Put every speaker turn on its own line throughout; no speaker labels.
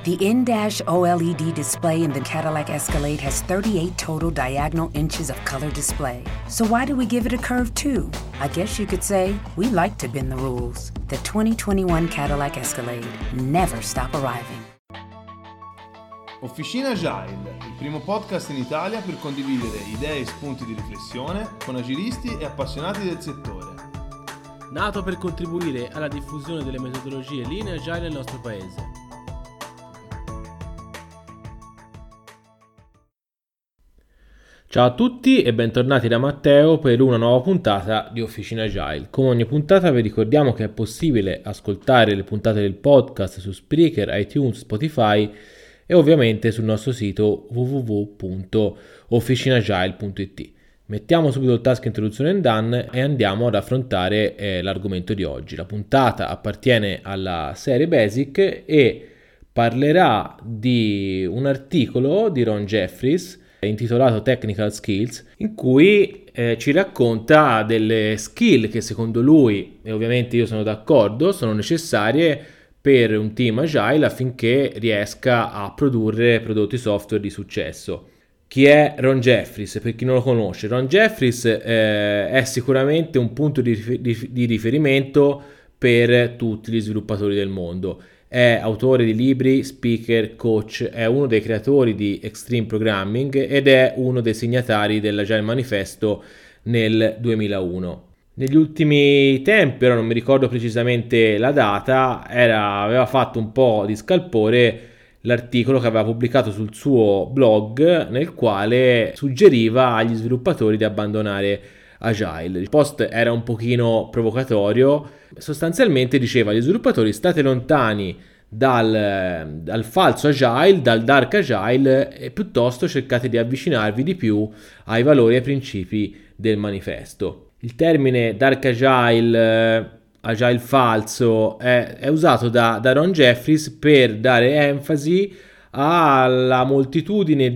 The in-dash OLED display in the Cadillac Escalade has 38 total diagonal inches of color display. So why do we give it a curve too? I guess you could say we like to bend the rules. The 2021 Cadillac Escalade. Never stop arriving.
Officina Agile, il primo podcast in Italia per condividere idee e spunti di riflessione con agilisti e appassionati del settore.
Nato per contribuire alla diffusione delle metodologie Lean e Agile nel nostro paese. Ciao a tutti e bentornati da Matteo per una nuova puntata di Officina Agile. Come ogni puntata vi ricordiamo che è possibile ascoltare le puntate del podcast su Spreaker, iTunes, Spotify e ovviamente sul nostro sito www.officinagile.it. Mettiamo subito il task introduzione and done e andiamo ad affrontare l'argomento di oggi. La puntata appartiene alla serie Basic e parlerà di un articolo di Ron Jeffries intitolato Technical Skills, in cui ci racconta delle skill che secondo lui, e ovviamente io sono d'accordo, sono necessarie per un team agile affinché riesca a produrre prodotti software di successo. Chi è Ron Jeffries? Per chi non lo conosce, Ron Jeffries è sicuramente un punto di riferimento per tutti gli sviluppatori del mondo. È autore di libri, speaker, coach, è uno dei creatori di Extreme Programming ed è uno dei signatari dell'Agile Manifesto nel 2001. Negli ultimi tempi, ora non mi ricordo precisamente la data, aveva fatto un po' di scalpore l'articolo che aveva pubblicato sul suo blog nel quale suggeriva agli sviluppatori di abbandonare Agile. Il post era un pochino provocatorio, sostanzialmente diceva agli sviluppatori: state lontani dal falso Agile, dal dark Agile, e piuttosto cercate di avvicinarvi di più ai valori e ai principi del manifesto. Il termine dark Agile, Agile falso, è usato da Ron Jeffries per dare enfasi alla moltitudine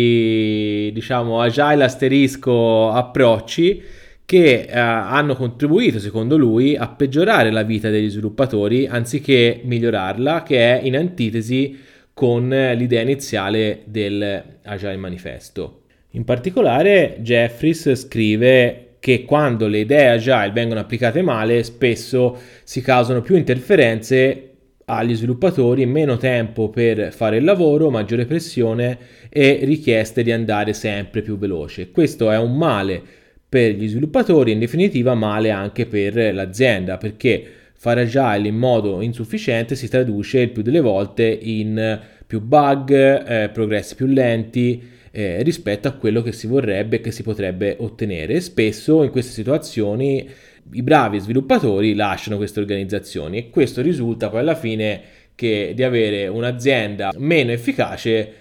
di, agile asterisco approcci che hanno contribuito, secondo lui, a peggiorare la vita degli sviluppatori anziché migliorarla, che è in antitesi con l'idea iniziale del Agile Manifesto. In particolare, Jeffries scrive che quando le idee agile vengono applicate male, spesso si causano più interferenze agli sviluppatori, meno tempo per fare il lavoro, maggiore pressione e richieste di andare sempre più veloce. Questo è un male per gli sviluppatori, in definitiva male anche per l'azienda, perché fare agile in modo insufficiente si traduce il più delle volte in più bug, progressi più lenti rispetto a quello che si vorrebbe e che si potrebbe ottenere. E spesso in queste situazioni i bravi sviluppatori lasciano queste organizzazioni e questo risulta poi alla fine di avere un'azienda meno efficace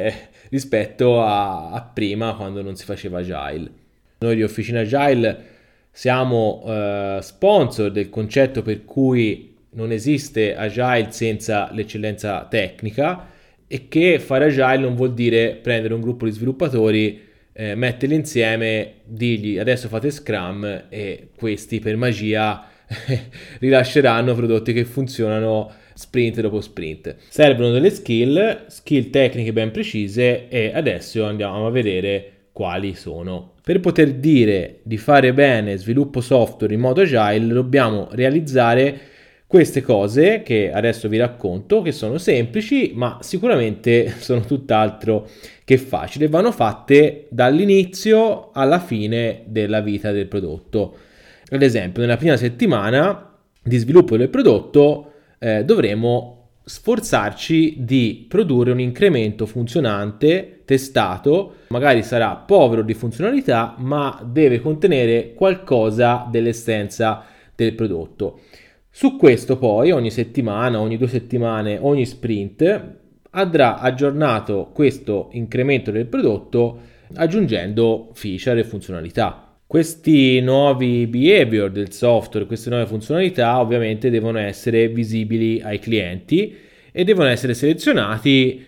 rispetto a prima, quando non si faceva agile. Noi di Officina Agile siamo sponsor del concetto per cui non esiste agile senza l'eccellenza tecnica e che fare agile non vuol dire prendere un gruppo di sviluppatori, metterli insieme, dirgli adesso fate Scrum e questi per magia rilasceranno prodotti che funzionano sprint dopo sprint. Servono delle skill tecniche ben precise e adesso andiamo a vedere quali sono. Per poter dire di fare bene sviluppo software in modo agile dobbiamo realizzare queste cose che adesso vi racconto, che sono semplici ma sicuramente sono tutt'altro che facili e vanno fatte dall'inizio alla fine della vita del prodotto. Ad esempio, nella prima settimana di sviluppo del prodotto dovremo sforzarci di produrre un incremento funzionante, testato, magari sarà povero di funzionalità ma deve contenere qualcosa dell'essenza del prodotto. Su questo poi ogni settimana, ogni 2 settimane, ogni sprint andrà aggiornato questo incremento del prodotto aggiungendo feature e funzionalità. Questi nuovi behavior del software, queste nuove funzionalità ovviamente devono essere visibili ai clienti e devono essere selezionati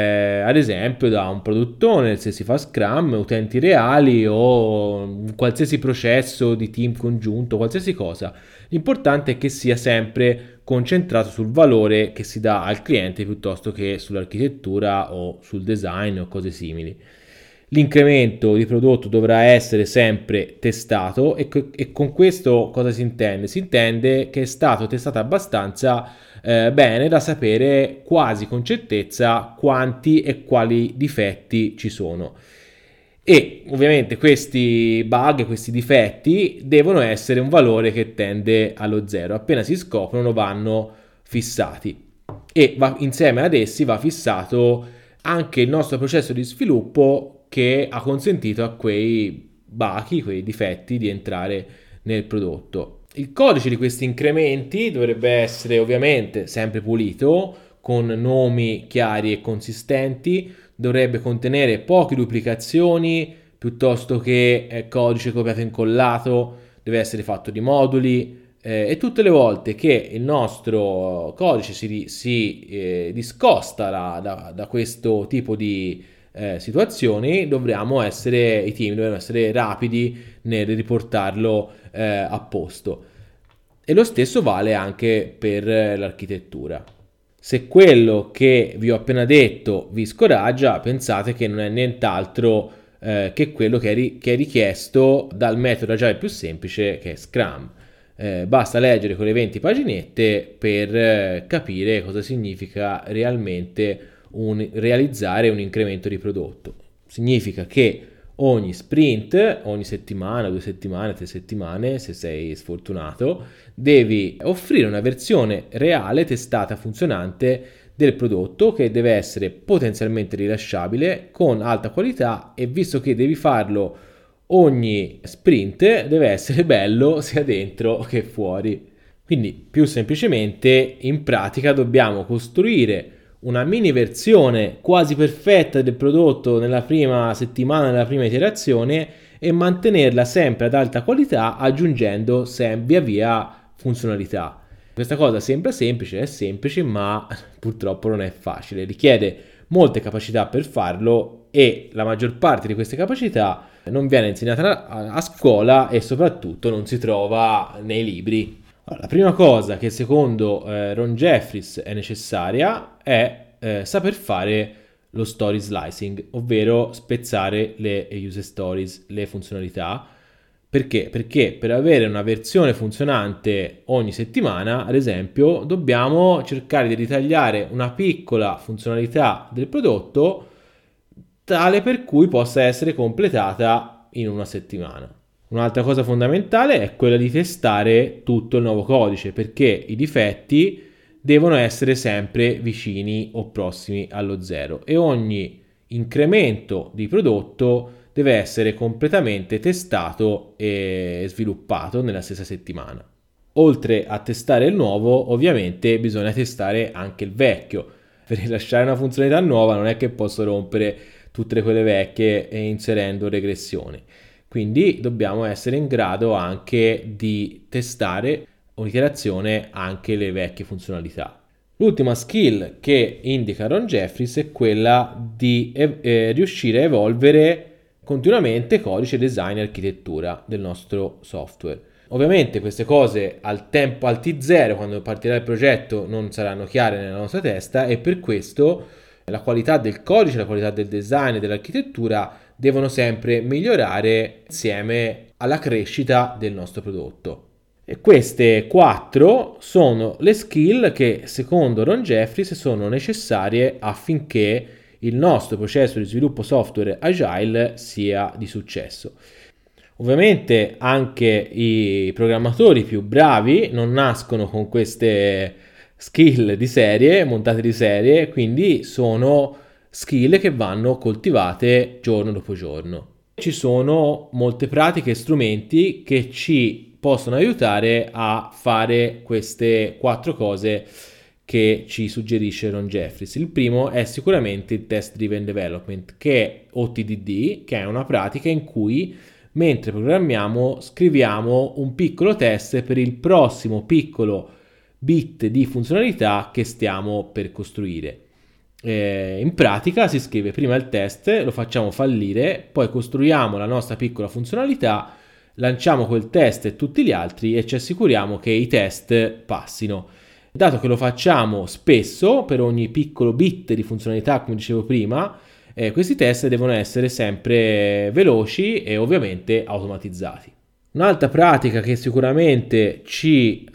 ad esempio da un product owner se si fa Scrum, utenti reali o un qualsiasi processo di team congiunto, qualsiasi cosa. L'importante è che sia sempre concentrato sul valore che si dà al cliente piuttosto che sull'architettura o sul design o cose simili. L'incremento di prodotto dovrà essere sempre testato e con questo cosa si intende? Si intende che è stato testato abbastanza bene da sapere quasi con certezza quanti e quali difetti ci sono. E ovviamente questi bug, questi difetti devono essere un valore che tende allo 0. Appena si scoprono vanno fissati e insieme ad essi va fissato anche il nostro processo di sviluppo che ha consentito a quei bachi, quei difetti di entrare nel prodotto. Il codice di questi incrementi dovrebbe essere ovviamente sempre pulito, con nomi chiari e consistenti, dovrebbe contenere poche duplicazioni, piuttosto che codice copiato e incollato, deve essere fatto di moduli, e tutte le volte che il nostro codice si discosta da questo tipo di situazioni, i team devono essere rapidi nel riportarlo a posto. E lo stesso vale anche per l'architettura. Se quello che vi ho appena detto vi scoraggia, pensate che non è nient'altro che quello che è richiesto dal metodo agile più semplice, che è Scrum. Basta leggere quelle 20 paginette per capire cosa significa realmente realizzare un incremento di prodotto. Significa che ogni sprint, ogni settimana, 2 settimane, 3 settimane, se sei sfortunato, devi offrire una versione reale, testata, funzionante del prodotto, che deve essere potenzialmente rilasciabile, con alta qualità, e visto che devi farlo ogni sprint, deve essere bello sia dentro che fuori. Quindi, più semplicemente, in pratica dobbiamo costruire una mini versione quasi perfetta del prodotto nella prima settimana, nella prima iterazione, e mantenerla sempre ad alta qualità, aggiungendo via via funzionalità. Questa cosa sembra semplice, è semplice, ma purtroppo non è facile, richiede molte capacità per farlo, e la maggior parte di queste capacità non viene insegnata a scuola e soprattutto non si trova nei libri. Allora, la prima cosa che secondo Ron Jeffries è necessaria è saper fare lo story slicing, ovvero spezzare le user stories, le funzionalità. Perché? Perché per avere una versione funzionante ogni settimana, ad esempio, dobbiamo cercare di ritagliare una piccola funzionalità del prodotto tale per cui possa essere completata in una settimana. Un'altra cosa fondamentale è quella di testare tutto il nuovo codice, perché i difetti devono essere sempre vicini o prossimi allo 0 e ogni incremento di prodotto deve essere completamente testato e sviluppato nella stessa settimana. Oltre a testare il nuovo, ovviamente bisogna testare anche il vecchio. Per rilasciare una funzionalità nuova non è che posso rompere tutte quelle vecchie inserendo regressioni. Quindi dobbiamo essere in grado anche di testare un'iterazione anche le vecchie funzionalità. L'ultima skill che indica Ron Jeffries è quella di riuscire a evolvere continuamente codice, design e architettura del nostro software. Ovviamente queste cose al T0, quando partirà il progetto, non saranno chiare nella nostra testa, e per questo la qualità del codice, la qualità del design e dell'architettura devono sempre migliorare insieme alla crescita del nostro prodotto. E queste 4 sono le skill che secondo Ron Jeffries sono necessarie affinché il nostro processo di sviluppo software agile sia di successo. Ovviamente anche i programmatori più bravi non nascono con queste skill di serie, montate di serie, quindi sono skill che vanno coltivate giorno dopo giorno. Ci sono molte pratiche e strumenti che ci possono aiutare a fare queste 4 cose che ci suggerisce Ron Jeffries. Il primo è sicuramente il Test Driven Development, che è OTDD, che è una pratica in cui mentre programmiamo scriviamo un piccolo test per il prossimo piccolo bit di funzionalità che stiamo per costruire. In pratica si scrive prima il test, lo facciamo fallire, poi costruiamo la nostra piccola funzionalità, lanciamo quel test e tutti gli altri e ci assicuriamo che i test passino. Dato che lo facciamo spesso per ogni piccolo bit di funzionalità, come dicevo prima, questi test devono essere sempre veloci e ovviamente automatizzati. Un'altra pratica che sicuramente ci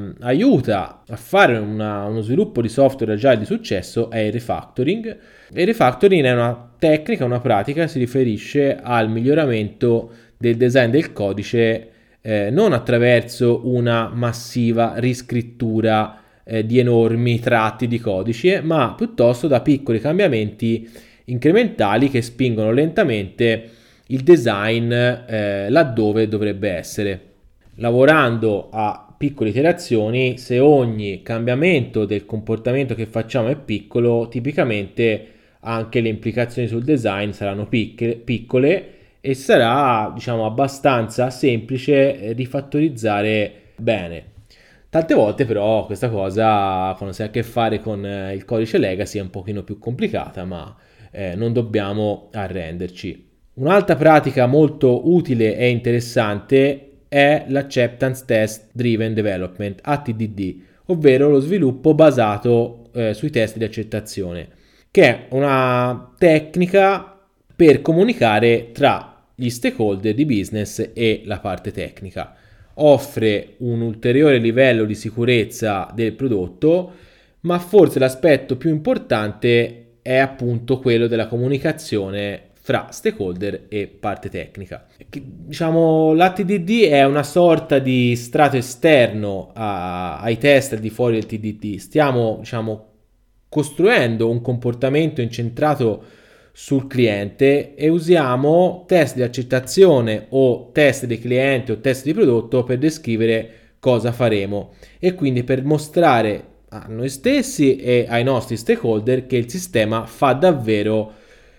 aiuta a fare uno sviluppo di software agile di successo è il refactoring. Il refactoring è una tecnica, una pratica che si riferisce al miglioramento del design del codice non attraverso una massiva riscrittura di enormi tratti di codice, ma piuttosto da piccoli cambiamenti incrementali che spingono lentamente il design laddove dovrebbe essere. Lavorando a piccole iterazioni, se ogni cambiamento del comportamento che facciamo è piccolo, tipicamente anche le implicazioni sul design saranno piccole e sarà, diciamo, abbastanza semplice rifattorizzare bene. Tante volte però questa cosa, quando si ha a che fare con il codice legacy, è un pochino più complicata, ma non dobbiamo arrenderci. Un'altra pratica molto utile e interessante è l'Acceptance Test Driven Development, ATDD, ovvero lo sviluppo basato sui test di accettazione, che è una tecnica per comunicare tra gli stakeholder di business e la parte tecnica. Offre un ulteriore livello di sicurezza del prodotto, ma forse l'aspetto più importante è appunto quello della comunicazione fra stakeholder e parte tecnica. Diciamo, l'ATDD è una sorta di strato esterno ai test al di fuori del TDD. Stiamo, diciamo, costruendo un comportamento incentrato sul cliente e usiamo test di accettazione o test dei clienti o test di prodotto per descrivere cosa faremo e quindi per mostrare a noi stessi e ai nostri stakeholder che il sistema fa davvero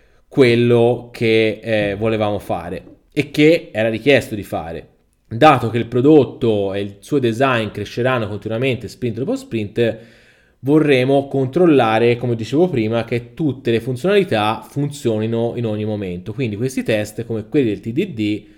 quello che volevamo fare e che era richiesto di fare. Dato che il prodotto e il suo design cresceranno continuamente sprint dopo sprint, vorremmo controllare, come dicevo prima, che tutte le funzionalità funzionino in ogni momento. Quindi questi test, come quelli del TDD,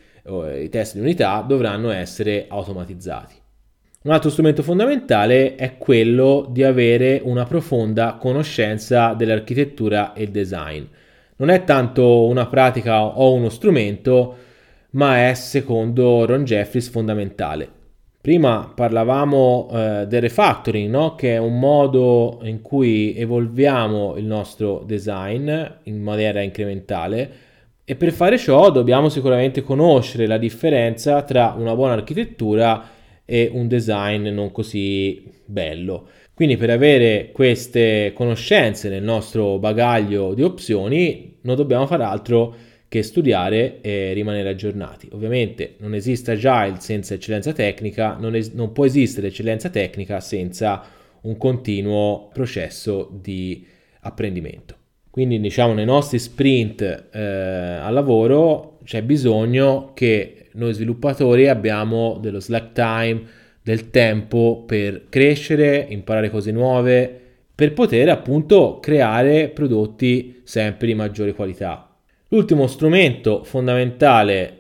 i test di unità, dovranno essere automatizzati. Un altro strumento fondamentale è quello di avere una profonda conoscenza dell'architettura e il design. Non è tanto una pratica o uno strumento, ma è, secondo Ron Jeffries, fondamentale. Prima parlavamo del refactoring, no? Che è un modo in cui evolviamo il nostro design in maniera incrementale e per fare ciò dobbiamo sicuramente conoscere la differenza tra una buona architettura e un design non così bello. Quindi per avere queste conoscenze nel nostro bagaglio di opzioni non dobbiamo fare altro che studiare e rimanere aggiornati. Ovviamente non esiste Agile senza eccellenza tecnica, non può esistere eccellenza tecnica senza un continuo processo di apprendimento. Quindi diciamo nei nostri sprint al lavoro c'è bisogno che noi sviluppatori abbiamo dello slack time, del tempo per crescere, imparare cose nuove, per poter appunto creare prodotti sempre di maggiore qualità. L'ultimo strumento fondamentale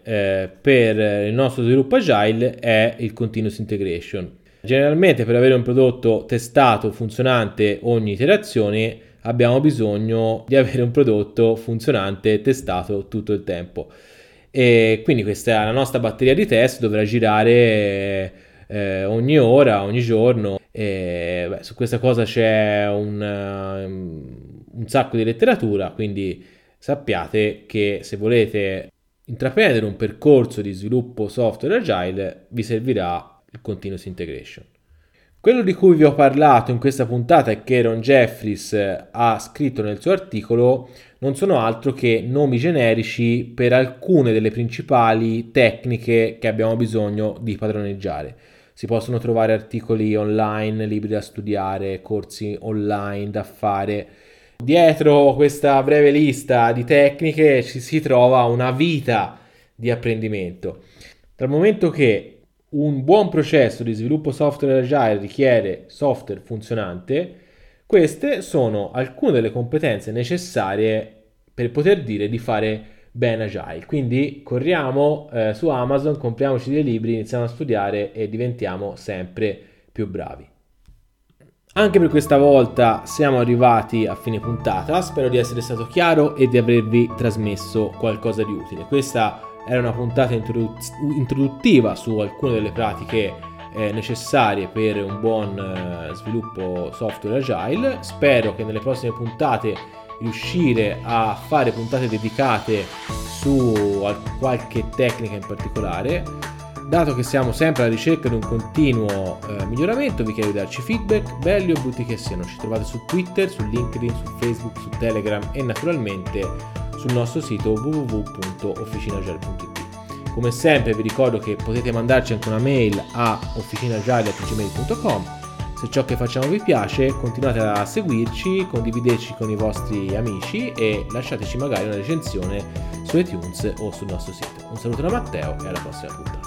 per il nostro sviluppo agile è il continuous integration. Generalmente per avere un prodotto testato, funzionante ogni iterazione, abbiamo bisogno di avere un prodotto funzionante testato tutto il tempo. E quindi questa è la nostra batteria di test, dovrà girare ogni ora, ogni giorno. Su questa cosa c'è un sacco di letteratura, quindi sappiate che se volete intraprendere un percorso di sviluppo software agile vi servirà il continuous integration. Quello di cui vi ho parlato in questa puntata e che Ron Jeffries ha scritto nel suo articolo non sono altro che nomi generici per alcune delle principali tecniche che abbiamo bisogno di padroneggiare. Si possono trovare articoli online, libri da studiare, corsi online da fare. Dietro questa breve lista di tecniche ci si trova una vita di apprendimento. Dal momento che un buon processo di sviluppo software agile richiede software funzionante, queste sono alcune delle competenze necessarie per poter dire di fare bene agile. Quindi corriamo su Amazon, compriamoci dei libri, iniziamo a studiare e diventiamo sempre più bravi. Anche per questa volta siamo arrivati a fine puntata, spero di essere stato chiaro e di avervi trasmesso qualcosa di utile. Questa era una puntata introduttiva su alcune delle pratiche necessarie per un buon sviluppo software agile. Spero che nelle prossime puntate riuscire a fare puntate dedicate su qualche tecnica in particolare. Dato che siamo sempre alla ricerca di un continuo miglioramento, vi chiedo di darci feedback, belli o brutti che siano. Ci trovate su Twitter, su LinkedIn, su Facebook, su Telegram e naturalmente sul nostro sito www.officinagile.it. Come sempre vi ricordo che potete mandarci anche una mail a officinagile@gmail.com. Se ciò che facciamo vi piace, continuate a seguirci, condivideteci con i vostri amici e lasciateci magari una recensione su iTunes o sul nostro sito. Un saluto da Matteo e alla prossima puntata.